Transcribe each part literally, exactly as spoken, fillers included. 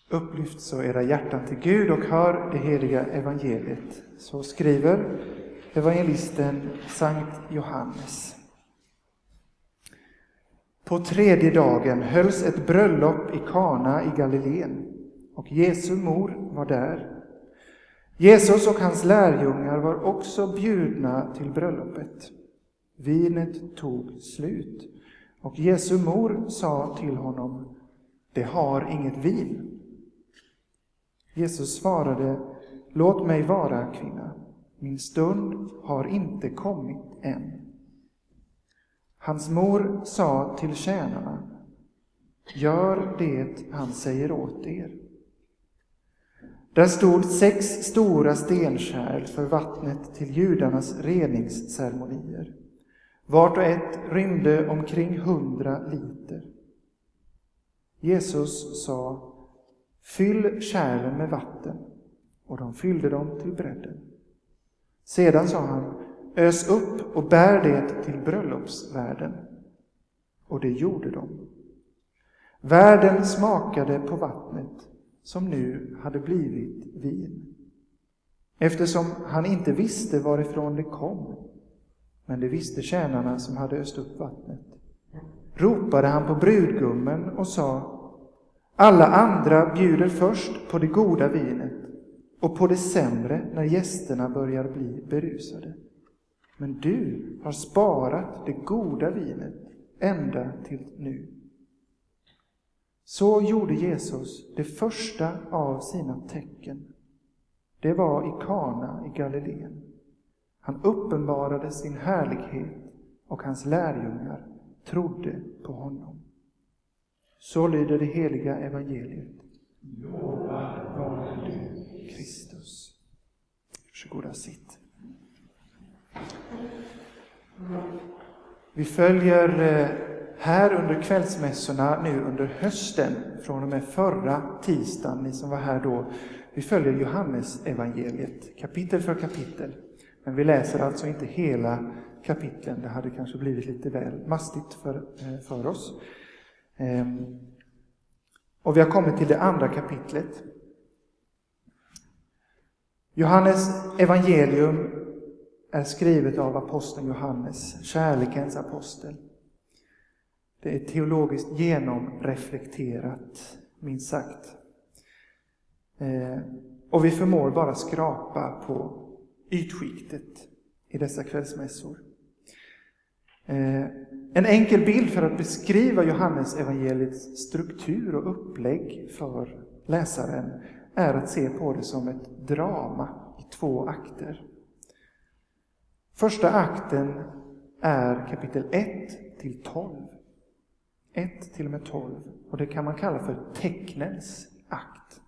Upplyft så era hjärtan till Gud och hör det heliga evangeliet. Så skriver evangelisten Sankt Johannes. På tredje dagen hölls ett bröllop i Kana i Galileen, och Jesu mor var där. Jesus och hans lärjungar var också bjudna till bröllopet. Vinet tog slut, och Jesu mor sa till honom: "Det har inget vin." Jesus svarade: "Låt mig vara, kvinna. Min stund har inte kommit än." Hans mor sa till tjänarna: "Gör det han säger åt er." Där stod sex stora stenkärl för vattnet till judarnas reningsceremonier. Vart och ett rymde omkring hundra liter. Jesus sa: "Fyll kärlen med vatten." Och de fyllde dem till brädden. Sedan sa han: "Ös upp och bär det till bröllopsvärden." Och det gjorde de. Värden smakade på vattnet, som nu hade blivit vin. Eftersom han inte visste varifrån det kom, men det visste tjänarna som hade öst upp vattnet, ropade han på brudgummen och sa: "Alla andra bjuder först på det goda vinet och på det sämre när gästerna börjar bli berusade. Men du har sparat det goda vinet ända till nu." Så gjorde Jesus det första av sina tecken. Det var i Kana i Galileen. Han uppenbarade sin härlighet, och hans lärjungar trodde på honom. Så lyder det heliga evangeliet. Lovad vare du, Kristus. Varsågoda, sitt. Vi följer här under kvällsmässorna nu under hösten, från och med förra tisdagen, ni som var här då. Vi följer Johannes evangeliet, kapitel för kapitel. Men vi läser alltså inte hela kapitlen, det hade kanske blivit lite väl mastigt för, för oss. Och vi har kommit till det andra kapitlet. Johannes evangelium är skrivet av aposteln Johannes, kärlekens apostel. Det är teologiskt genomreflekterat, minst sagt. Eh, och vi förmår bara skrapa på ytskiktet i dessa kvällsmässor. Eh, en enkel bild för att beskriva Johannes evangeliets struktur och upplägg för läsaren är att se på det som ett drama i två akter. Första akten är kapitel ett till tolv. ett till och med tolv. Och det kan man kalla för tecknens akt.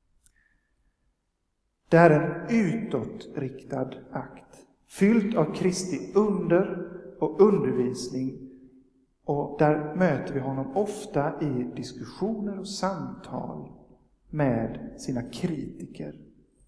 Det är en utåtriktad akt, fylld av Kristi under och undervisning. Och där möter vi honom ofta i diskussioner och samtal med sina kritiker.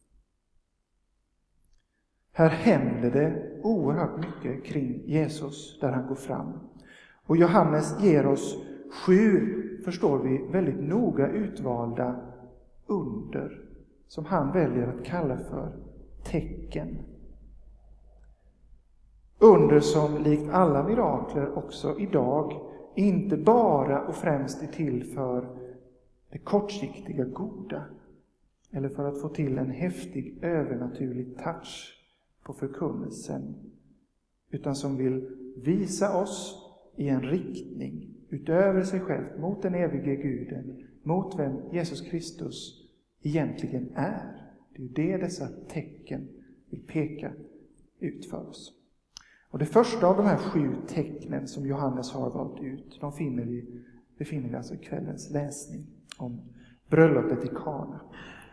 Här händer det oerhört mycket kring Jesus där han går fram. Och Johannes ger oss sju, förstår vi, väldigt noga utvalda under som han väljer att kalla för tecken. Under som likt alla mirakler också idag inte bara och främst är till för det kortsiktiga goda eller för att få till en häftig övernaturlig touch på förkunnelsen, utan som vill visa oss i en riktning utöver sig själv, mot den evige Guden, mot vem Jesus Kristus egentligen är. Det är ju det dessa tecken vill peka ut för oss. Och det första av de här sju tecknen som Johannes har valt ut, de finner vi, befinner vi alltså i kvällens läsning om bröllopet i Kana.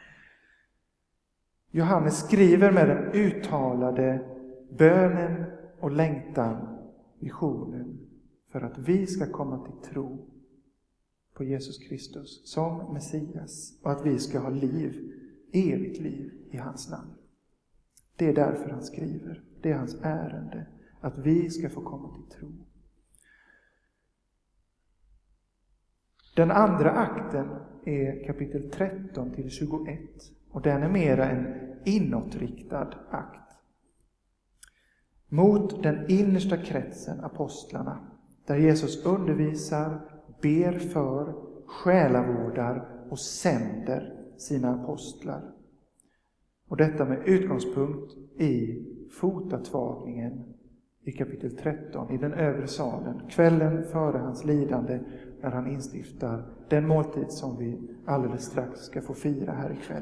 Johannes skriver med den uttalade bönen och längtan, visionen, för att vi ska komma till tro på Jesus Kristus som Messias och att vi ska ha liv, evigt liv i hans namn. Det är därför han skriver. Det är hans ärende, att vi ska få komma till tro. Den andra akten är kapitel tretton till tjugoett och den är mera en inåtriktad akt. Mot den innersta kretsen, apostlarna, där Jesus undervisar, ber för, själavårdar och sänder sina apostlar. Och detta med utgångspunkt i fotatvagningen i kapitel tretton, i den övre salen, kvällen före hans lidande, när han instiftar den måltid som vi alldeles strax ska få fira här ikväll.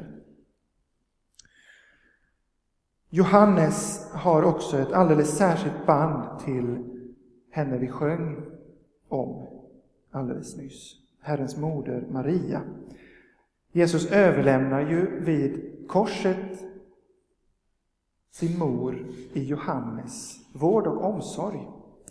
Johannes har också ett alldeles särskilt band till henne vi sjöng om alldeles nyss, Herrens moder Maria. Jesus överlämnar ju vid korset sin mor i Johannes vård och omsorg.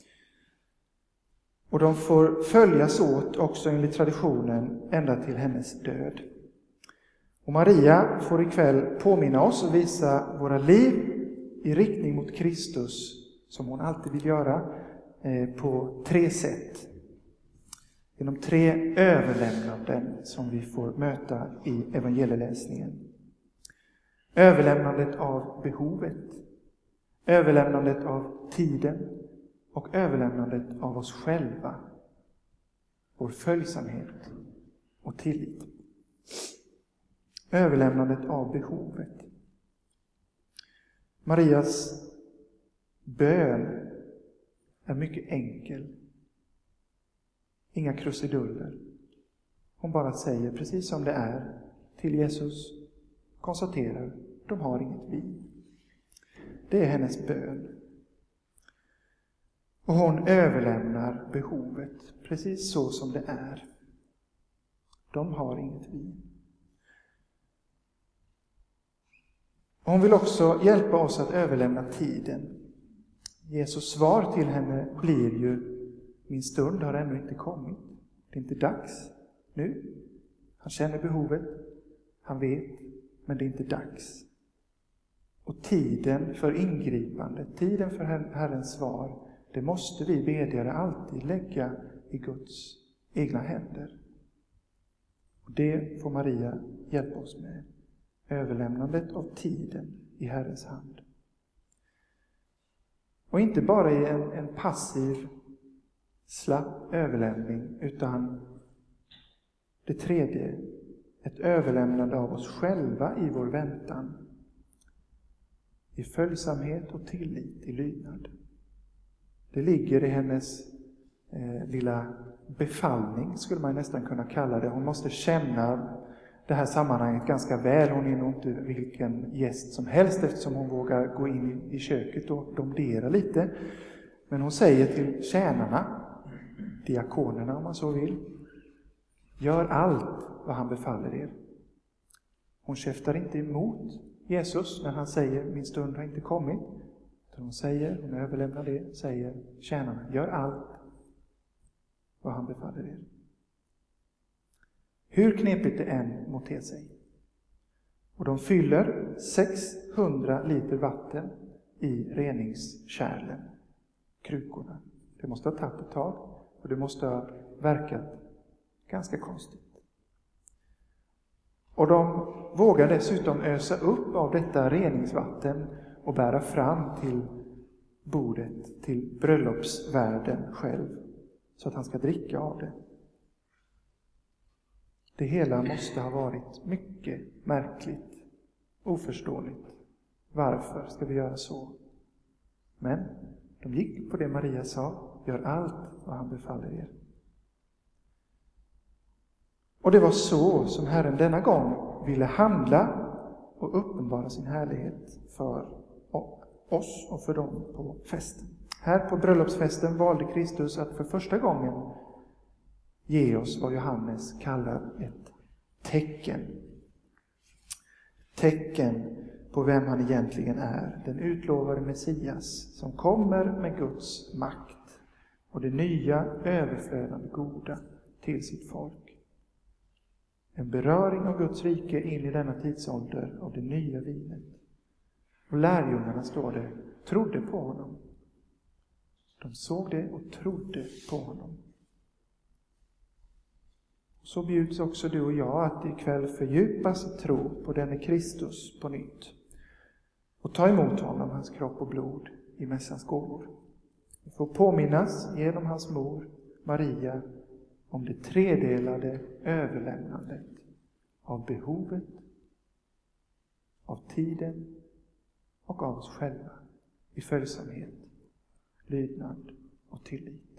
Och de får följas åt också enligt traditionen ända till hennes död. Och Maria får ikväll påminna oss och visa våra liv i riktning mot Kristus, som hon alltid vill göra, på tre sätt. Genom tre överlämnanden som vi får möta i evangelieläsningen. Överlämnandet av behovet, överlämnandet av tiden och överlämnandet av oss själva, vår följsamhet och tillit. Överlämnandet av behovet. Marias bön är mycket enkel. Inga krusiduller. Hon bara säger precis som det är till Jesus. Konstaterar, de har inget vin. Det är hennes bön. Och hon överlämnar behovet precis så som det är. De har inget vin. Hon vill också hjälpa oss att överlämna tiden. Jesus svar till henne blir ju: min stund har ännu inte kommit. Det är inte dags nu. Han känner behovet. Han vet. Men det är inte dags. Och tiden för ingripande, tiden för Herrens svar, det måste vi bedjare alltid lägga i Guds egna händer. Och det får Maria hjälpa oss med. Överlämnandet av tiden i Herrens hand. Och inte bara i en, en passiv, slapp överlämning, utan det tredje, ett överlämnande av oss själva i vår väntan. I följsamhet och tillit, i lydnad. Det ligger i hennes eh, lilla befallning, skulle man nästan kunna kalla det. Hon måste känna det här sammanhanget ganska väl. Hon är nog inte vilken gäst som helst, eftersom hon vågar gå in i, i köket och domdera lite. Men hon säger till tjänarna, diakonerna om man så vill: gör allt vad han befaller er. Hon käftar inte emot Jesus när han säger min stund har inte kommit. Hon säger, hon överlämnar det, säger tjänarna: gör allt vad han befaller er. Hur knepigt det än må te sig. Och de fyller sexhundra liter vatten i reningskärlen, krukorna. Det måste ha tagit ett tag och det måste ha verkat ganska konstigt. Och de vågar dessutom ösa upp av detta reningsvatten och bära fram till bordet, till bröllopsvärden själv, så att han ska dricka av det. Det hela måste ha varit mycket märkligt, oförståeligt. Varför ska vi göra så? Men de gick på det Maria sa: gör allt vad han befaller er. Och det var så som Herren denna gång ville handla och uppenbara sin härlighet för oss och för dem på festen. Här på bröllopsfesten valde Kristus att för första gången ge oss vad Johannes kallar ett tecken. Tecken på vem han egentligen är. Den utlovade Messias som kommer med Guds makt och det nya överflödande goda till sitt folk. En beröring av Guds rike in i denna tidsålder av det nya vinet. Och lärjungarna, står det, trodde på honom. De såg det och trodde på honom. Så bjuds också du och jag att ikväll fördjupas i tro på denne Kristus på nytt. Och ta emot honom, hans kropp och blod, i mässans gåvor. Vi får påminnas genom hans mor, Maria, om det tredelade överlämnandet av behovet, av tiden och av oss själva i följsamhet, lydnad och tillit.